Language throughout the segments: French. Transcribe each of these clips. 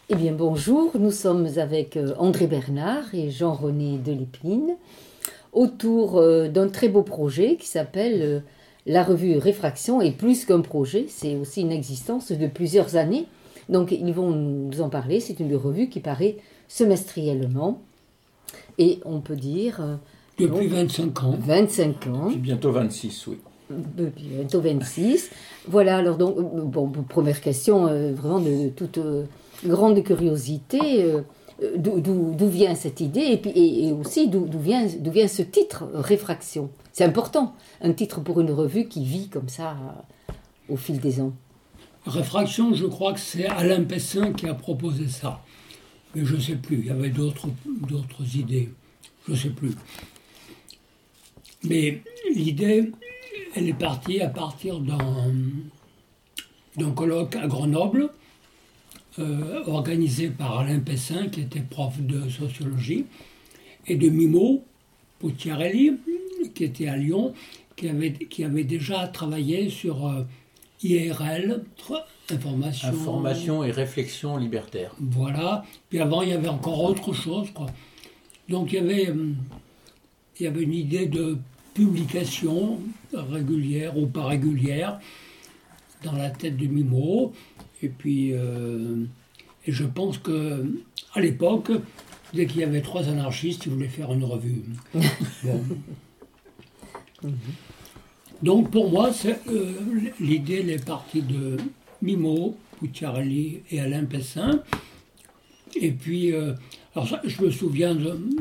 Eh bien, bonjour, nous sommes avec André Bernard et Jean-René Delépine autour d'un très beau projet qui s'appelle la revue Réfraction. Et plus qu'un projet, c'est aussi une existence de plusieurs années. Donc, ils vont nous en parler. C'est une revue qui paraît semestriellement et on peut dire Depuis donc 25 ans. 25 ans. Puis bientôt 26, oui. Bientôt 26. Voilà, alors donc, bon, première question, vraiment de toute grande curiosité, d'où vient cette idée et, puis, et aussi d'où vient ce titre, Réfraction. C'est important, un titre pour une revue qui vit comme ça au fil des ans. Réfraction, je crois que c'est Alain Pessin qui a proposé ça. Mais je ne sais plus, il y avait d'autres idées. Je ne sais plus. Mais l'idée, elle est partie à partir d'un colloque à Grenoble, organisé par Alain Pessin, qui était prof de sociologie, et de Mimo Pucciarelli, qui était à Lyon, qui avait déjà travaillé sur IRL, Information et réflexion libertaire. Voilà. Puis avant, il y avait encore autre chose, quoi. Donc il y avait une idée de publication régulière ou pas régulière dans la tête de Mimo. Et puis, et je pense que à l'époque, dès qu'il y avait 3 anarchistes, ils voulaient faire une revue. Bon. Donc pour moi, l'idée elle est partie de Mimo, Pucciarelli et Alain Pessin. Et puis, alors ça, je me souviens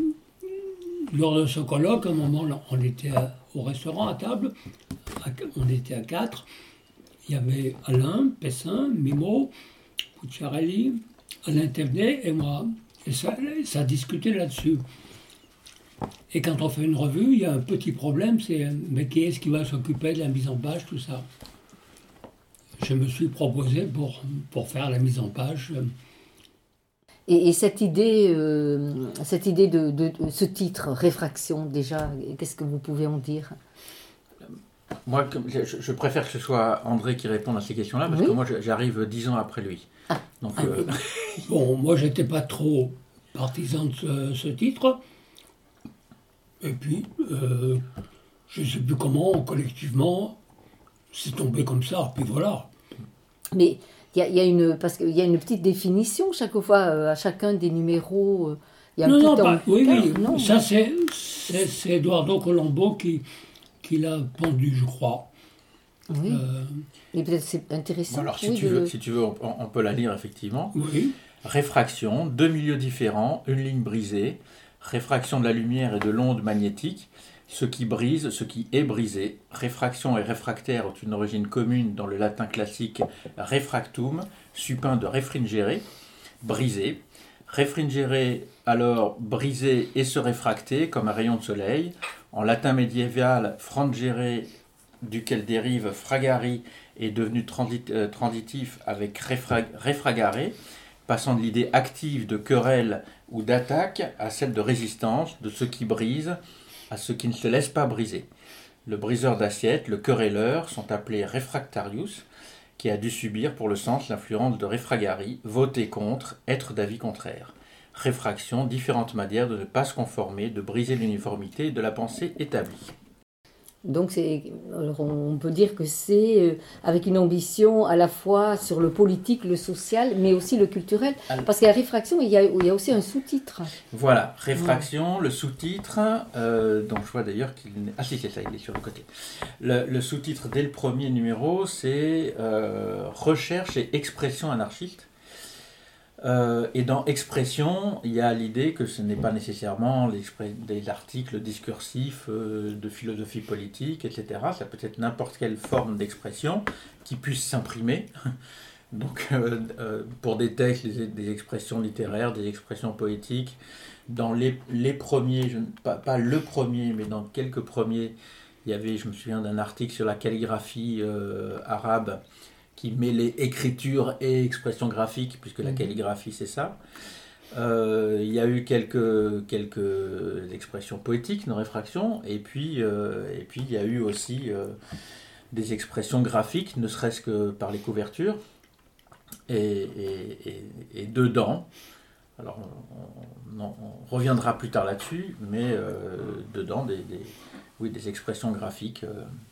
lors de ce colloque, à un moment, on était au restaurant à table, on était à 4. Il y avait Alain Pessin, Mimo, Pucciarelli, Alain Thévenet et moi. Et ça discutait là-dessus. Et quand on fait une revue, il y a un petit problème, c'est mais qui est-ce qui va s'occuper de la mise en page, tout ça. Je me suis proposé pour faire la mise en page. Et cette idée de ce titre, Réfraction, déjà, qu'est-ce que vous pouvez en dire? Moi, je préfère que ce soit André qui réponde à ces questions-là, parce Oui. que moi, j'arrive 10 ans après lui. Ah. Donc, Bon, moi, j'étais pas trop partisan de ce titre. Et puis, je ne sais plus comment, collectivement, c'est tombé comme ça. Puis voilà. Mais parce qu'il y a une petite définition chaque fois, à chacun des numéros. Il y a un Non, petit oui. non. Ça, c'est Eduardo Colombo qui l'a pendu, je crois. Oui. Et peut-être c'est intéressant. alors, si oui, tu veux, on peut la lire, effectivement. Oui. Réfraction, 2 milieux différents, une ligne brisée. Réfraction de la lumière et de l'onde magnétique. Ce qui brise, ce qui est brisé. Réfraction et réfractaire ont une origine commune dans le latin classique refractum, supin de refringere, briser. Refringere, alors briser et se réfracter, comme un rayon de soleil. En latin médiéval, frangere, duquel dérive fragari, est devenu transitif avec refragare, passant de l'idée active de querelle ou d'attaque à celle de résistance, de ce qui brise à ce qui ne se laisse pas briser. Le briseur d'assiette, le querelleur, sont appelés refractarius, qui a dû subir pour le sens l'influence de refragari, voter contre, être d'avis contraire. Réfraction, différentes manières de ne pas se conformer, de briser l'uniformité de la pensée établie. Donc alors on peut dire que c'est avec une ambition à la fois sur le politique, le social, mais aussi le culturel. Parce qu'à Réfraction, il y a aussi un sous-titre. Voilà, Réfraction, le sous-titre, dont je vois d'ailleurs qu'il n'est... Ah si, c'est ça, il est sur le côté. Le sous-titre dès le premier numéro, c'est Recherche et expression anarchiste. Et dans expression, il y a l'idée que ce n'est pas nécessairement des articles discursifs de philosophie politique, etc. Ça peut être n'importe quelle forme d'expression qui puisse s'imprimer. Donc, pour des textes, des expressions littéraires, des expressions poétiques, dans les premiers, pas le premier, mais dans quelques premiers, il y avait, je me souviens d'un article sur la calligraphie arabe, qui mêlait écriture et expression graphique, puisque la calligraphie c'est ça. Il y a eu quelques expressions poétiques dans Réfraction, et puis il y a eu aussi des expressions graphiques, ne serait-ce que par les couvertures. Et dedans, alors on reviendra plus tard là-dessus, mais dedans des expressions graphiques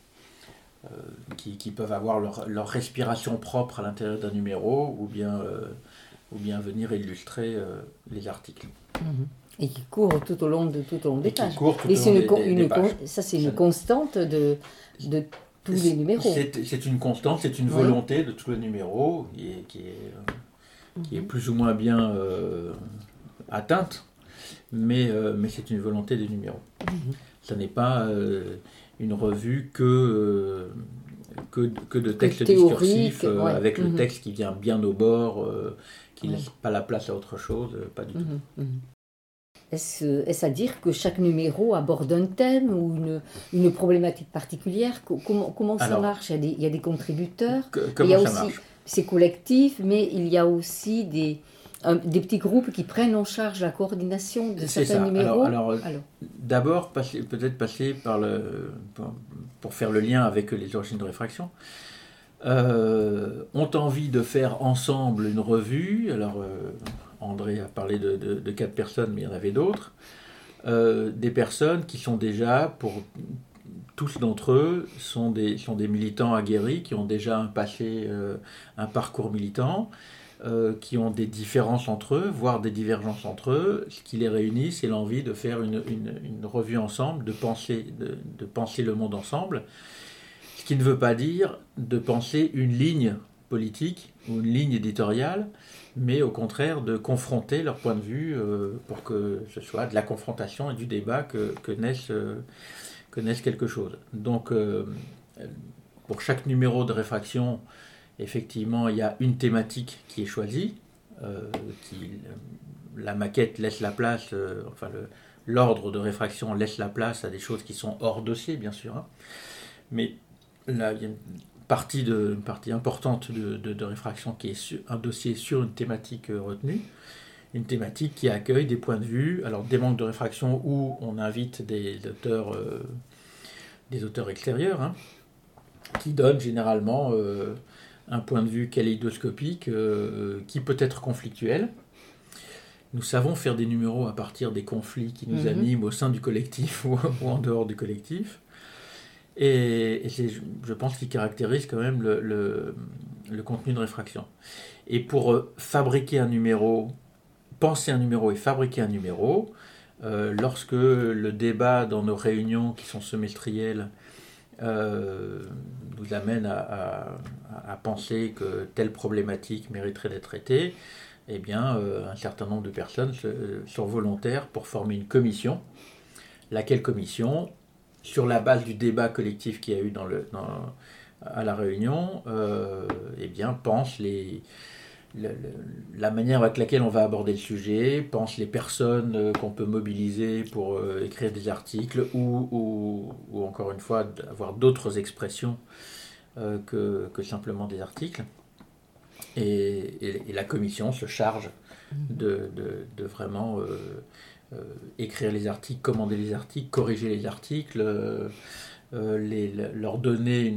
qui peuvent avoir leur respiration propre à l'intérieur d'un numéro, ou bien venir illustrer les articles. Et qui court tout au long des pages. Et ça, c'est une constante de tous les numéros. C'est une constante, c'est une volonté de tous les numéros qui est plus ou moins bien atteinte, mais c'est une volonté des numéros. Ça n'est pas une revue que de textes discursifs, avec le texte qui vient bien au bord, qui ne laisse pas la place à autre chose, pas du tout. Est-ce à dire que chaque numéro aborde un thème ou une problématique particulière? Comment ça marche? Il y a des contributeurs, c'est collectif, mais il y a aussi des petits groupes qui prennent en charge la coordination de certains numéros. Alors, d'abord, peut-être passer pour faire le lien avec les origines de réfraction. Ont envie de faire ensemble une revue. Alors, André a parlé de 4 personnes, mais il y en avait d'autres. Des personnes qui sont déjà, pour tous d'entre eux, sont des militants aguerris, qui ont déjà un parcours militant, qui ont des différences entre eux, voire des divergences entre eux. Ce qui les réunit, c'est l'envie de faire une revue ensemble, de penser le monde ensemble. Ce qui ne veut pas dire de penser une ligne politique ou une ligne éditoriale, mais au contraire de confronter leur point de vue pour que ce soit de la confrontation et du débat que naisse quelque chose. Donc, pour chaque numéro de réfraction, effectivement, il y a une thématique qui est choisie, la maquette laisse la place, l'ordre de réfraction laisse la place à des choses qui sont hors dossier, bien sûr, hein. Mais là, il y a une partie importante de réfraction qui est un dossier sur une thématique retenue, une thématique qui accueille des points de vue, alors des manques de réfraction où on invite des auteurs extérieurs, hein, qui donnent généralement un point de vue kaléidoscopique qui peut être conflictuel. Nous savons faire des numéros à partir des conflits qui nous animent au sein du collectif ou en dehors du collectif. Et c'est, je pense, qui caractérise quand même le contenu de réfraction. Et pour fabriquer un numéro, penser un numéro et fabriquer un numéro, lorsque le débat dans nos réunions qui sont semestrielles nous amène à penser que telle problématique mériterait d'être traitée, eh bien, un certain nombre de personnes sont volontaires pour former une commission, laquelle commission, sur la base du débat collectif qu'il y a eu à la réunion, eh bien, pense la manière avec laquelle on va aborder le sujet, pense les personnes qu'on peut mobiliser pour écrire des articles ou encore une fois avoir d'autres expressions que simplement des articles. Et la commission se charge de vraiment écrire les articles, commander les articles, corriger les articles, leur donner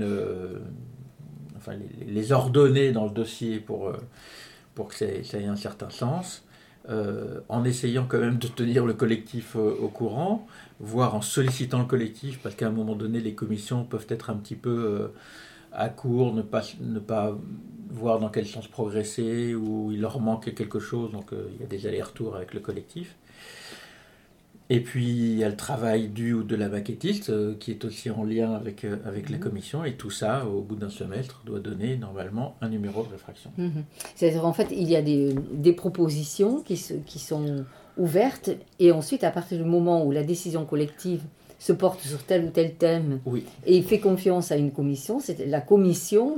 les ordonner dans le dossier pour que ça ait un certain sens, en essayant quand même de tenir le collectif au courant, voire en sollicitant le collectif, parce qu'à un moment donné, les commissions peuvent être un petit peu à court, ne pas voir dans quel sens progresser, ou il leur manque quelque chose, donc il y a des allers-retours avec le collectif. Et puis il y a le travail du ou de la maquettiste qui est aussi en lien avec la commission, et tout ça, au bout d'un semestre, doit donner normalement un numéro de réfraction. C'est-à-dire, en fait, il y a des propositions qui sont ouvertes, et ensuite, à partir du moment où la décision collective se porte sur tel ou tel thème, et il fait confiance à une commission, c'est la commission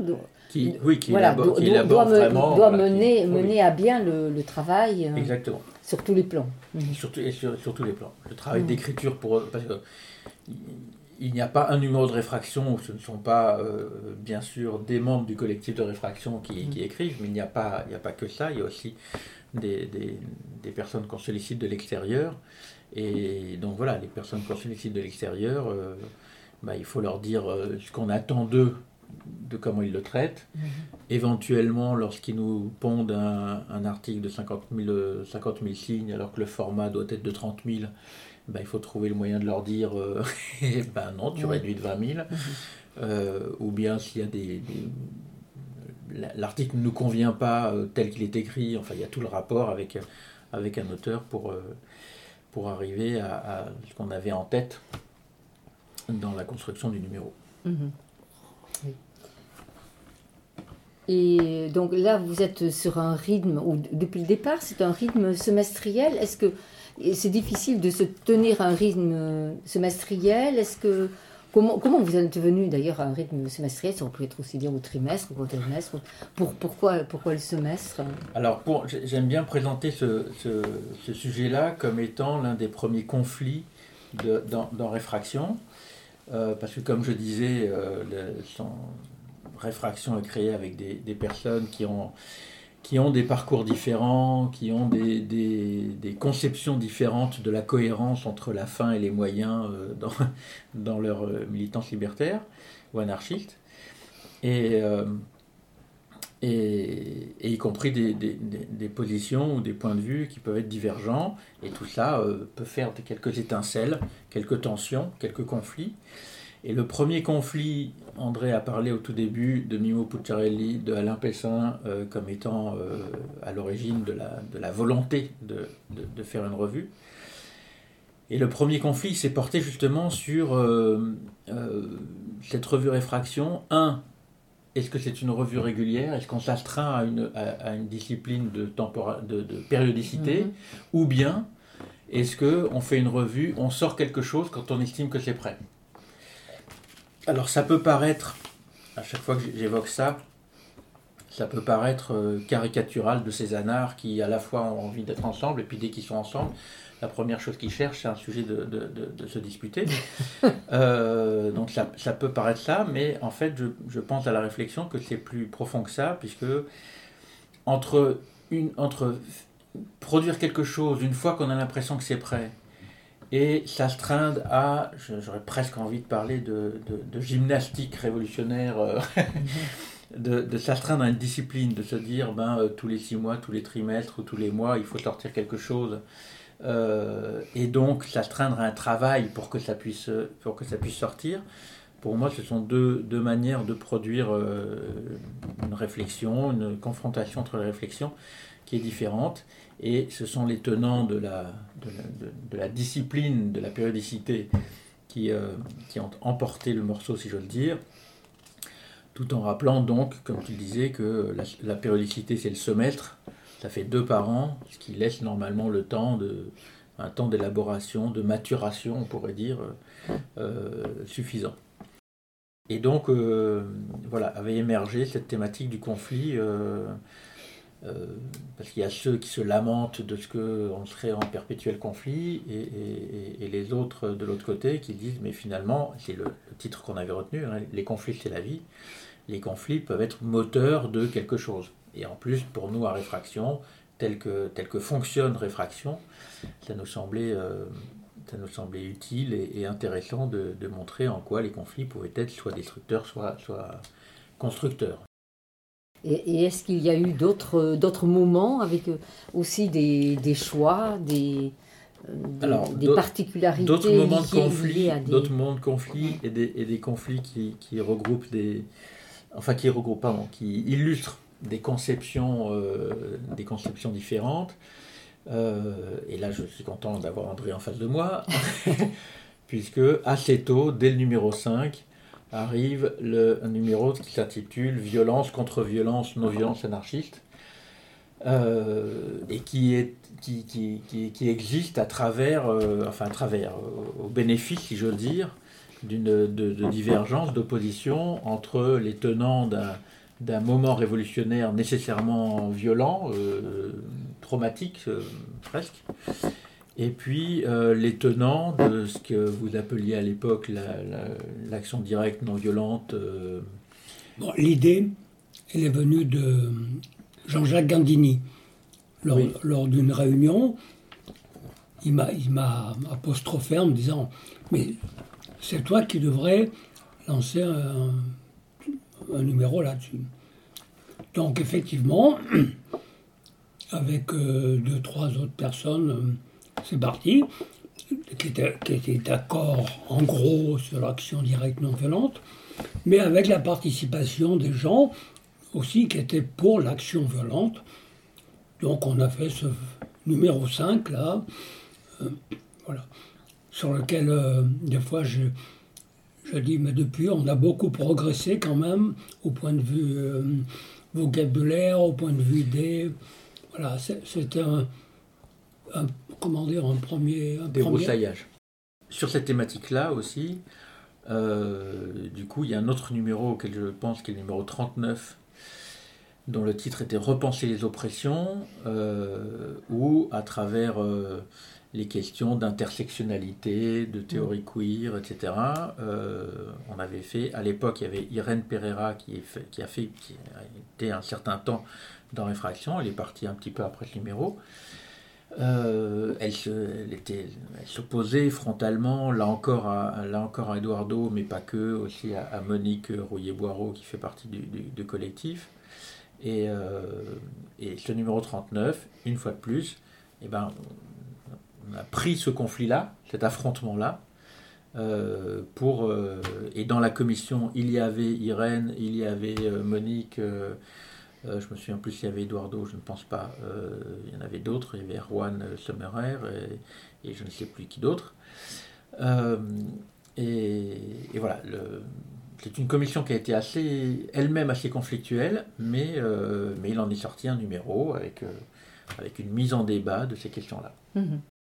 doit mener à bien le travail. Exactement. Sur tous les plans. Sur tous les plans. Le travail d'écriture, parce qu'il n'y a pas un numéro de réfraction où ce ne sont pas, bien sûr, des membres du collectif de réfraction qui écrivent, mais il n'y a pas que ça, il y a aussi des personnes qu'on sollicite de l'extérieur. Et donc voilà, les personnes qu'on sollicite de l'extérieur, il faut leur dire ce qu'on attend d'eux de comment ils le traitent. Éventuellement, lorsqu'ils nous pondent un article de 50 000 signes, alors que le format doit être de 30 000, ben, il faut trouver le moyen de leur dire ben non, tu réduis de 20 000. Ou bien s'il y a l'article ne nous convient pas tel qu'il est écrit, enfin il y a tout le rapport avec un auteur pour arriver à ce qu'on avait en tête dans la construction du numéro. Oui. Et donc là, vous êtes sur un rythme, ou depuis le départ, c'est un rythme semestriel. Est-ce que c'est difficile de se tenir à un rythme semestriel? Comment vous êtes venu d'ailleurs à un rythme semestriel? Ça peut être aussi bien au trimestre ou au trimestre. Pourquoi le semestre? Alors, j'aime bien présenter ce sujet-là comme étant l'un des premiers conflits dans Réfraction. Parce que comme je disais, Réfraction est créée avec des personnes qui ont des parcours différents, qui ont des conceptions différentes de la cohérence entre la fin et les moyens dans leur militance libertaire ou anarchiste, et y compris des positions ou des points de vue qui peuvent être divergents, et tout ça peut faire quelques étincelles, quelques tensions, quelques conflits. Et le premier conflit, André a parlé au tout début de Mimmo Pucciarelli, de Alain Pessin, comme étant à l'origine de la volonté de faire une revue. Et le premier conflit s'est porté justement sur cette revue Réfraction. Est-ce que c'est une revue régulière? Est-ce qu'on s'astreint à une discipline de périodicité? Ou bien, est-ce qu'on fait une revue, on sort quelque chose quand on estime que c'est prêt? Alors ça peut paraître, à chaque fois que j'évoque ça peut paraître caricatural de ces anards qui à la fois ont envie d'être ensemble, et puis dès qu'ils sont ensemble, la première chose qu'ils cherchent, c'est un sujet de se disputer. Donc ça peut paraître ça, mais en fait je pense à la réflexion que c'est plus profond que ça, puisque entre produire quelque chose une fois qu'on a l'impression que c'est prêt, et s'astreindre à, j'aurais presque envie de parler de gymnastique révolutionnaire, de s'astreindre à une discipline, de se dire tous les 6 mois, tous les trimestres ou tous les mois, il faut sortir quelque chose, et donc s'astreindre à un travail pour que ça puisse sortir. Pour moi, ce sont deux manières de produire une réflexion, une confrontation entre les réflexions qui est différente. Et ce sont les tenants de la discipline, de la périodicité qui ont emporté le morceau, si j'ose dire, tout en rappelant donc, comme tu le disais, que la périodicité c'est le semestre, ça fait 2 par an, ce qui laisse normalement le temps un temps d'élaboration, de maturation, on pourrait dire, suffisant. Et donc, voilà, avait émergé cette thématique du conflit, parce qu'il y a ceux qui se lamentent de ce qu'on serait en perpétuel conflit, et les autres de l'autre côté qui disent, mais finalement, c'est le titre qu'on avait retenu, hein, les conflits c'est la vie, les conflits peuvent être moteurs de quelque chose. Et en plus, pour nous à Réfraction, tel que fonctionne Réfraction, ça nous semblait utile et intéressant de montrer en quoi les conflits pouvaient être soit destructeurs, soit constructeurs. Et est-ce qu'il y a eu d'autres moments avec aussi des choix, des particularités, d'autres moments de conflit, et des conflits qui illustrent des conceptions différentes. Et là, je suis content d'avoir André en face de moi, puisque assez tôt, dès le numéro 5, arrive un numéro qui s'intitule « Violence contre violence, non-violence anarchiste », et qui existe au bénéfice, si j'ose dire, de divergence, d'opposition entre les tenants d'un moment révolutionnaire nécessairement violent, traumatique presque, et puis les tenants de ce que vous appeliez à l'époque l'action directe non violente. Bon, l'idée, elle est venue de Jean-Jacques Gandini. Lors d'une réunion, il m'a apostrophé en me disant « Mais c'est toi qui devrais lancer un numéro là-dessus. Donc effectivement, avec 2-3 autres personnes, c'est parti, qui étaient d'accord en gros sur l'action directe non violente, mais avec la participation des gens aussi qui étaient pour l'action violente. Donc on a fait ce numéro 5 là, voilà, sur lequel des fois je dis, mais depuis on a beaucoup progressé quand même au point de vue vocabulaire, au point de vue idée. Voilà, c'était un premier... Débroussaillage. Sur cette thématique-là aussi, du coup, il y a un autre numéro auquel je pense, qui est le numéro 39, dont le titre était Repenser les oppressions, où, à travers les questions d'intersectionnalité, de théorie queer, etc., on avait fait, à l'époque, il y avait Irène Pereira qui a été un certain temps dans Réfraction, elle est partie un petit peu après ce numéro. Elle s'opposait frontalement, là encore à Eduardo, mais pas que, aussi à Monique Rouillet-Boireau qui fait partie du collectif. Et ce numéro 39, une fois de plus, on a pris ce conflit-là, cet affrontement-là, et dans la commission, il y avait Irène, il y avait Monique, je me souviens plus s'il y avait Eduardo, je ne pense pas, il y en avait d'autres, il y avait Erwan Sommerer et je ne sais plus qui d'autre. Et voilà, c'est une commission qui a été elle-même assez conflictuelle, mais il en est sorti un numéro avec une mise en débat de ces questions-là. Mhm.